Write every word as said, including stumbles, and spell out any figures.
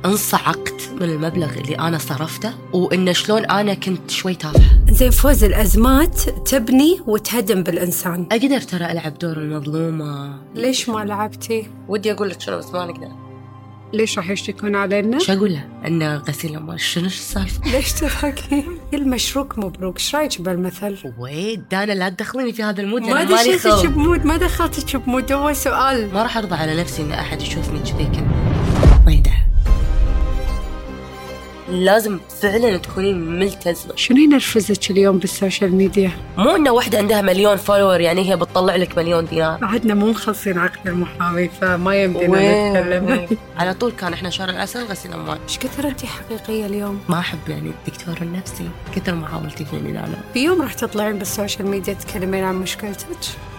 انصعقت من المبلغ اللي أنا صرفته، وإن شلون أنا كنت شوي تافهة. زين فوز، الأزمات تبني وتهدم بالإنسان. أقدر ترى ألعب دور المظلومة. ليش ما لعبتي؟ ودي أقول لك شنو بس ما نقدر. ليش راح يشتكون علينا؟ شو أقول له؟ إنه غسيل أموال. شنو السالفة؟ ليش تضحكي؟ المشروك مبروك. ايش رايك بالمثل؟ ويد دانا لا تدخليني في هذا المود. ما دخلتك بمود، ما دخلتك بمود، هو سؤال. ما راح أرضى على نفسي إن أحد يشوفني كذي. كنت ما يدعي. لازم فعلا تكونين ملتزمة. شنو ينرفزك اليوم بالسوشيال ميديا؟ مو إنه واحدة عندها مليون فولور يعني هي بتطلع لك مليون دينار. بعدنا مو مخلصين عقد المحامي فما يمدينا نتكلم. على طول كان إحنا شهر العسل غسيل أموال. إيش كثر أنتي حقيقية اليوم؟ ما أحب يعني الدكتور النفسي كثر محاولتي فيني. لا لا في يوم راح تطلعين بالسوشيال ميديا تتكلمين عن مشكلتك؟